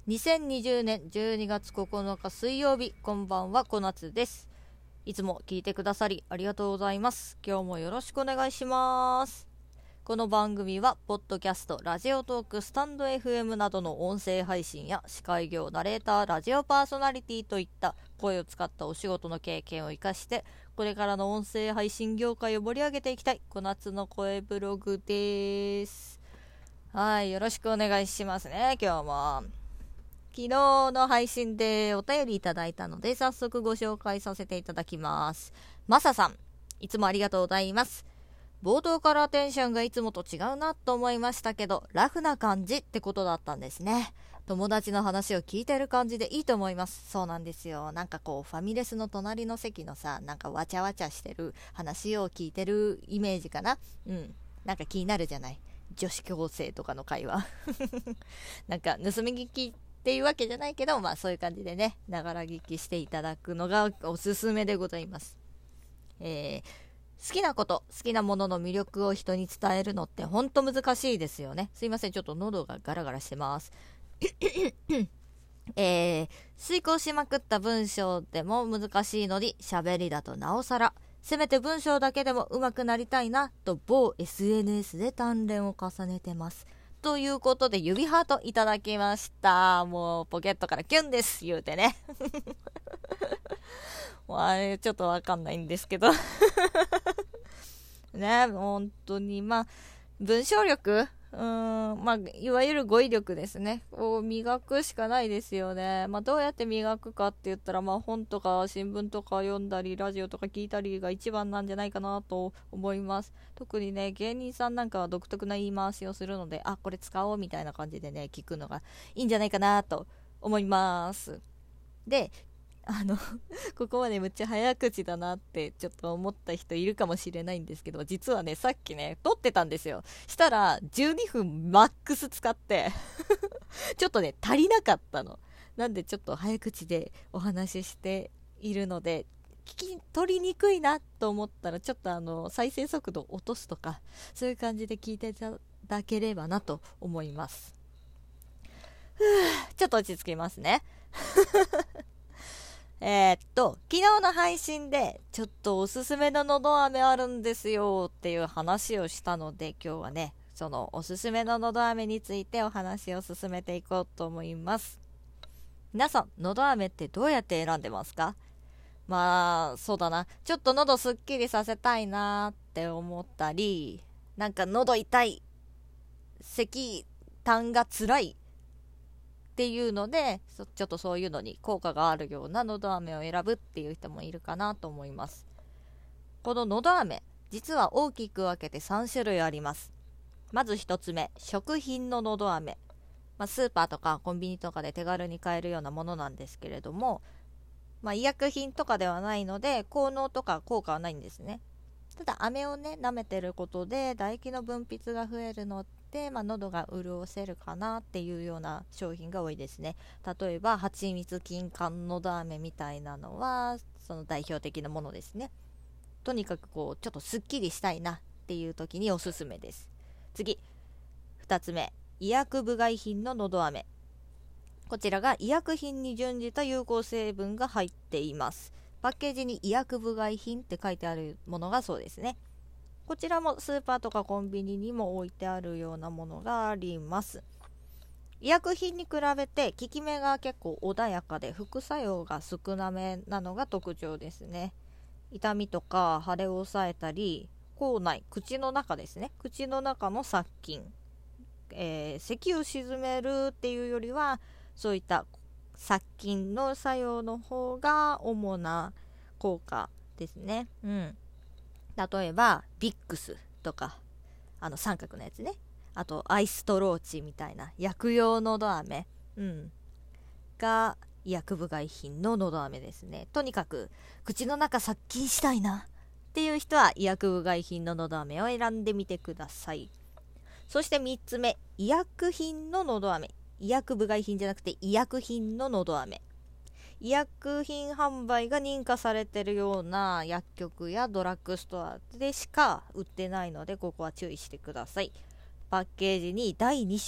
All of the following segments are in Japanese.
2020年12月9日水曜日、こんばんは、小夏です。いつも聞いてくださりありがとうございます。今日もよろしくお願いします。この番組はポッドキャスト、ラジオトーク、スタンド FM などの音声配信や司会業、ナレーター、ラジオパーソナリティといった声を使ったお仕事の経験を生かしてこれからの音声配信業界を盛り上げていきたい小夏の声ブログです。はい、よろしくお願いしますね。今日も昨日の配信でお便りいただいたので早速ご紹介させていただきます。マサさん、いつもありがとうございます。冒頭からテンションがいつもと違うなと思いましたけど、ラフな感じってことだったんですね。友達の話を聞いてる感じでいいと思います。そうなんですよ。なんかこうファミレスの隣の席のさ、なんかわちゃわちゃしてる話を聞いてるイメージかな。なんか気になるじゃない、女子高生とかの会話なんか盗み聞きっていうわけじゃないけど、まあそういう感じでね、ながら聞きしていただくのがおすすめでございます。好きなこと、好きなものの魅力を人に伝えるのってほんと難しいですよね。すいません、ちょっと喉がガラガラしてます遂行しまくった文章でも難しいのに、喋りだとなおさら。せめて文章だけでも上手くなりたいなと某 SNS で鍛錬を重ねてます。ということで指ハートいただきました。もうポケットからキュンです言うてねもうあれちょっとわかんないんですけどね、本当にまあ文章力、いわゆる語彙力ですねを磨くしかないですよね。どうやって磨くかって言ったら、本とか新聞とか読んだりラジオとか聞いたりが一番なんじゃないかなと思います。特にね、芸人さんなんかは独特な言い回しをするので、これ使おうみたいな感じでね、聞くのがいいんじゃないかなと思います。で、ここまでむっちゃ早口だなってちょっと思った人いるかもしれないんですけど、実はね、さっきね撮ってたんですよ。したら12分マックス使ってちょっとね足りなかったの。なんでちょっと早口でお話ししているので、聞き取りにくいなと思ったら、ちょっと再生速度落とすとか、そういう感じで聞いていただければなと思います。ちょっと落ち着きますね昨日の配信でちょっとおすすめののど飴あるんですよっていう話をしたので、今日はねそのおすすめののど飴についてお話を進めていこうと思います。皆さん、のど飴ってどうやって選んでますか？そうだな、ちょっと喉すっきりさせたいなって思ったり、なんか喉痛い、咳痰が辛いっていうので、ちょっとそういうのに効果があるようなのど飴を選ぶっていう人もいるかなと思います。こののど飴、実は大きく分けて3種類あります。まず1つ目、食品ののど飴。スーパーとかコンビニとかで手軽に買えるようなものなんですけれども、医薬品とかではないので効能とか効果はないんですね。ただ飴をね舐めてることで唾液の分泌が増えるので、喉が潤せるかなっていうような商品が多いですね。例えば蜂蜜金柑のど飴みたいなのはその代表的なものですね。とにかくこうちょっとすっきりしたいなっていう時におすすめです。次、2つ目、医薬部外品ののど飴。こちらが医薬品に準じた有効成分が入っています。パッケージに医薬部外品って書いてあるものがそうですね。こちらもスーパーとかコンビニにも置いてあるようなものがあります。医薬品に比べて効き目が結構穏やかで副作用が少なめなのが特徴ですね。痛みとか腫れを抑えたり、口内、口の中ですね、口の中の殺菌、咳を鎮めるっていうよりはそういった殺菌の作用の方が主な効果ですね。例えばビックスとか三角のやつね、あとアイストローチみたいな薬用のど飴、が医薬部外品ののど飴ですね。とにかく口の中殺菌したいなっていう人は医薬部外品ののど飴を選んでみてください。そして3つ目、医薬品ののど飴。医薬部外品じゃなくて医薬品ののど飴。医薬品販売が認可されているような薬局やドラッグストアでしか売ってないので、ここは注意してください。パッケージに第2種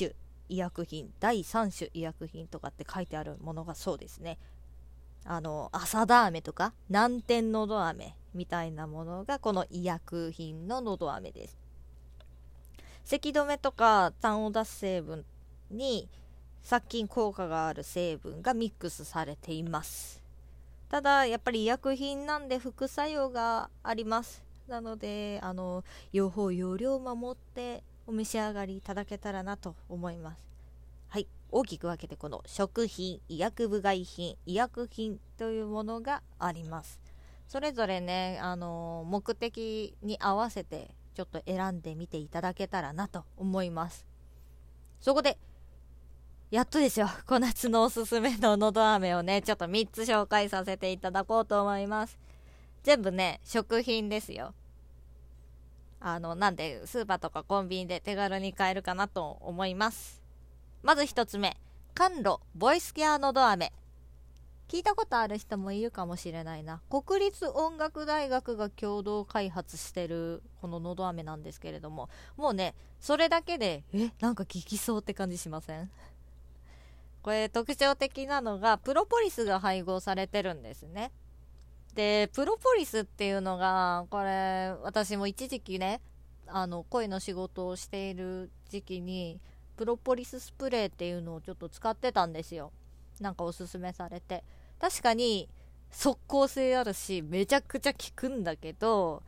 医薬品、第3種医薬品とかって書いてあるものがそうですね。朝田飴とか南天のど飴みたいなものがこの医薬品ののど飴です。咳止めとか痰を出す成分に殺菌効果がある成分がミックスされています。ただやっぱり医薬品なんで副作用があります。なので用法用量を守ってお召し上がりいただけたらなと思います。はい、大きく分けてこの食品、医薬部外品、医薬品というものがあります。それぞれね、目的に合わせてちょっと選んでみていただけたらなと思います。そこでやっとですよ、小夏のおすすめののど飴をね、ちょっと3つ紹介させていただこうと思います。全部ね、食品ですよ。なんでスーパーとかコンビニで手軽に買えるかなと思います。まず1つ目、甘露ボイスケアのど飴。聞いたことある人もいるかもしれないな。国立音楽大学が共同開発してるこののど飴なんですけれども、もうね、それだけでなんか効きそうって感じしません？これ特徴的なのがプロポリスが配合されてるんですね。でプロポリスっていうのが、これ私も一時期ね、声の仕事をしている時期にプロポリススプレーっていうのをちょっと使ってたんですよ。なんかおすすめされて、確かに即効性あるしめちゃくちゃ効くんだけど、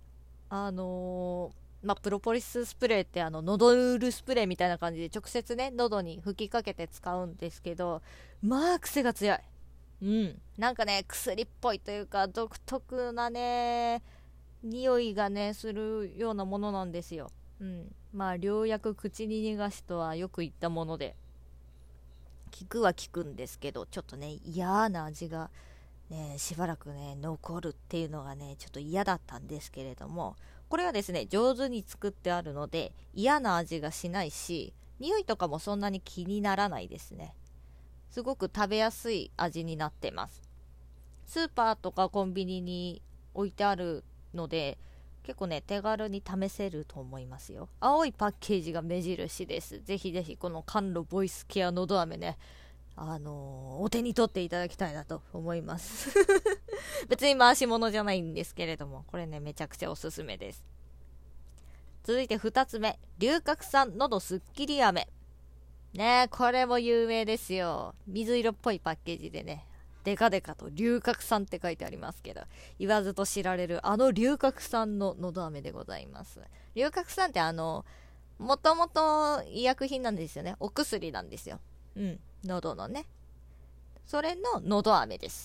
プロポリススプレーって喉ウールスプレーみたいな感じで直接ね喉に吹きかけて使うんですけど、まあ癖が強い。なんかね、薬っぽいというか独特なね匂いがねするようなものなんですよ。まあ良薬口に逃がしとはよく言ったもので、効くは効くんですけど、ちょっとね嫌な味がねしばらくね残るっていうのがねちょっと嫌だったんですけれども、これはですね上手に作ってあるので嫌な味がしないし、匂いとかもそんなに気にならないですね。すごく食べやすい味になってます。スーパーとかコンビニに置いてあるので結構ね手軽に試せると思いますよ。青いパッケージが目印です。ぜひぜひこの甘露ボイスケアのど飴ね、お手に取っていただきたいなと思います別に回し物じゃないんですけれども、これねめちゃくちゃおすすめです。続いて2つ目、龍角散のどすっきり飴ね。これも有名ですよ。水色っぽいパッケージでね、デカデカと龍角散って書いてありますけど、言わずと知られる龍角散ののど飴でございます。龍角散ってもともと医薬品なんですよね。お薬なんですよ。喉のね、それののど飴です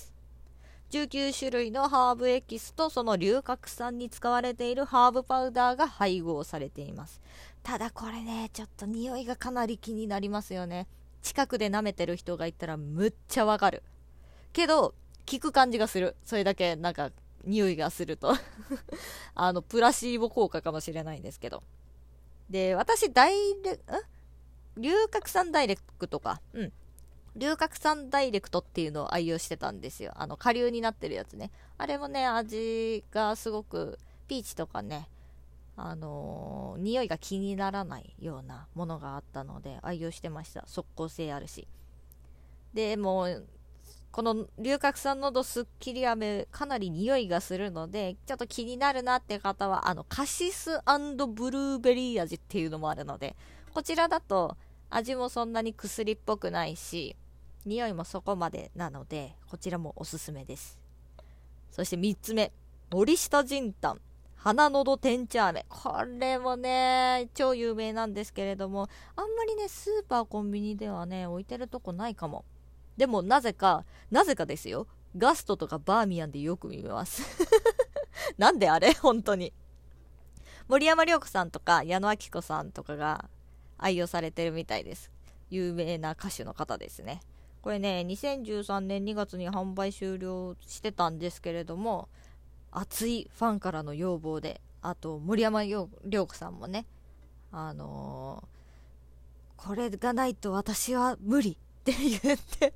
。19種類のハーブエキスとその龍角散に使われているハーブパウダーが配合されています。ただこれねちょっと匂いがかなり気になりますよね。近くで舐めてる人がいたらむっちゃわかるけど効く感じがする。それだけなんか匂いがするとプラシーボ効果かもしれないんですけど、で私龍角散ダイレクトか龍角散ダイレクトっていうのを愛用してたんですよ。顆粒になってるやつね。あれもね味がすごくピーチとかね匂いが気にならないようなものがあったので愛用してました。即効性あるし。でもうこの龍角散のどすっきり飴かなり匂いがするのでちょっと気になるなって方はカシス&ブルーベリー味っていうのもあるので、こちらだと味もそんなに薬っぽくないし匂いもそこまでなのでこちらもおすすめです。そして3つ目、森下仁丹花のど天茶飴。これもね超有名なんですけれども、あんまりねスーパーコンビニではね置いてるとこないかも。でもなぜかですよ、ガストとかバーミヤンでよく見ますなんであれ本当に森山良子さんとか矢野顕子さんとかが愛用されてるみたいです。有名な歌手の方ですね。これね2013年2月に販売終了してたんですけれども、熱いファンからの要望で、あと森山良子さんもねこれがないと私は無理って言って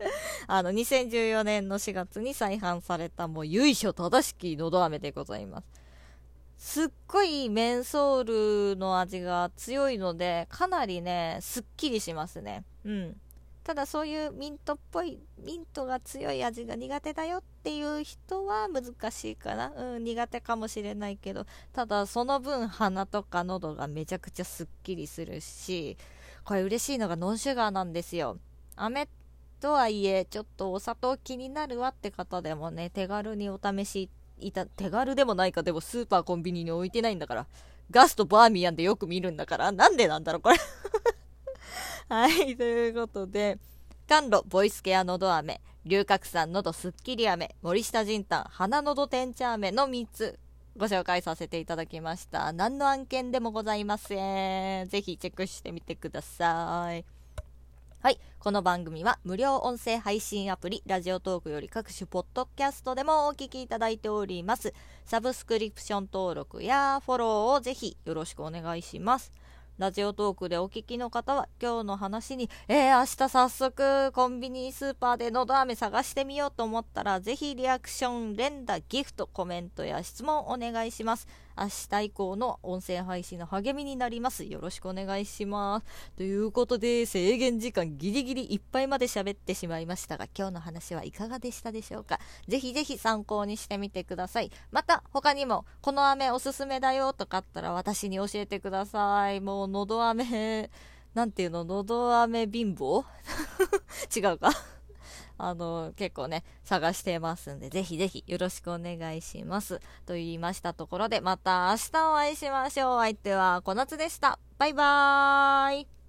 2014年の4月に再販されたもう由緒正しきのど飴でございます。 すっごいメンソールの味が強いので、かなりね、すっきりしますね。うん。ただそういうミントっぽい、ミントが強い味が苦手だよっていう人は難しいかな。うん、苦手かもしれないけど、ただその分鼻とか喉がめちゃくちゃすっきりするし、これ嬉しいのがノンシュガーなんですよ。飴とはいえ、ちょっとお砂糖気になるわって方でもね、手軽にお試し手軽でもないか、でもスーパーコンビニに置いてないんだから。ガスとバーミヤンでよく見るんだから、なんでなんだろう、これ。はい、ということで、甘露ボイスケアのど飴、龍角散のどすっきり飴、森下仁丹花のど天茶飴の3つご紹介させていただきました。何の案件でもございません。ぜひチェックしてみてください。はい。この番組は無料音声配信アプリラジオトークより各種ポッドキャストでもお聞きいただいております。サブスクリプション登録やフォローをぜひよろしくお願いします。ラジオトークでお聞きの方は今日の話に明日早速コンビニスーパーでのど飴探してみようと思ったら、ぜひリアクション、連打、ギフト、コメントや質問お願いします。明日以降の音声配信の励みになります。よろしくお願いします。ということで、制限時間ギリギリいっぱいまで喋ってしまいましたが、今日の話はいかがでしたでしょうか。ぜひぜひ参考にしてみてください。また他にもこの飴おすすめだよとかあったら私に教えてください。もうのど飴なんていうの、のど飴貧乏違うか結構ね、探してますんで、ぜひぜひよろしくお願いします。と言いましたところで、また明日お会いしましょう。お相手は小夏でした。バイバーイ。